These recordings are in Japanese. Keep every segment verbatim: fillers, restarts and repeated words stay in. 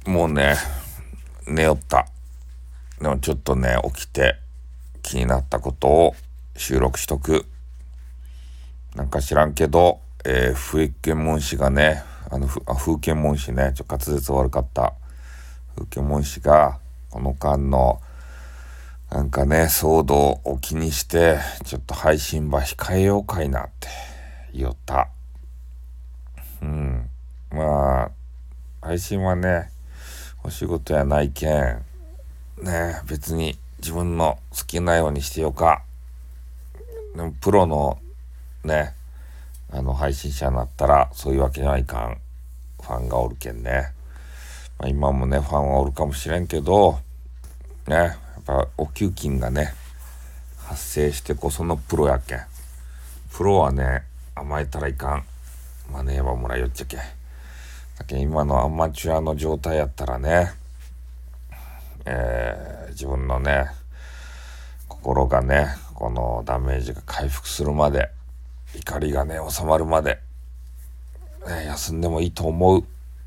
もうね、寝よった。でもちょっとね、起きて気になったことを収録しとく。なんか知らんけど、えー、風景文士がね、あの、ふあ風景文士ね、ちょ、滑舌悪かった。風景文士が、この間の、なんかね、騒動を気にして、ちょっと配信ば控えようかいなって言おった。うん。まあ、配信はね、お仕事やないけん、ね、別に自分の好きなようにしてよか。でもプロのね、あの配信者になったらそういうわけにはいかん。ファンがおるけんね。まあ、今もね、ファンはおるかもしれんけど、ね、やっぱお給金がね、発生してこそのプロやけん。プロはね、甘えたらいかん。マネーはもらいよっちゃけん。だけん今のアマチュアの状態やったらね、えー、自分のね、心がね、このダメージが回復するまで、怒りがね、収まるまで、ね、休んでもいいと思う。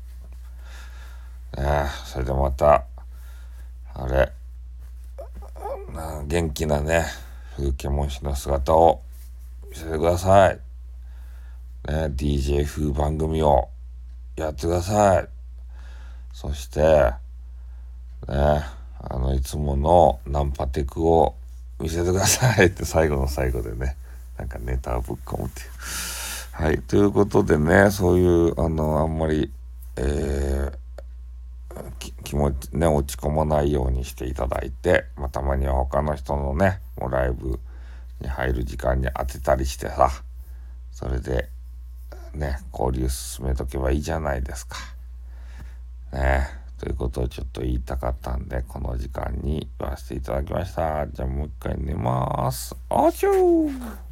ね、それでまた、あれ、な元気なね、風景文士の姿を見せてください。ね、ディージェー 風番組をやってください。そして、ね、あの、いつものナンパテクを見せてくださいって最後の最後でね、なんかネタをぶっ込むっていう。はい、ということでね、そういう、あの、あんまり、えー、き気持ちね、落ち込まないようにしていただいて、まあ、たまには他の人のね、もうライブに入る時間に当てたりしてさ、それで、ね、交流進めとけばいいじゃないですか。ね、ということをちょっと言いたかったんで、この時間に言わせていただきました。じゃあもう一回寝ます。あちゅー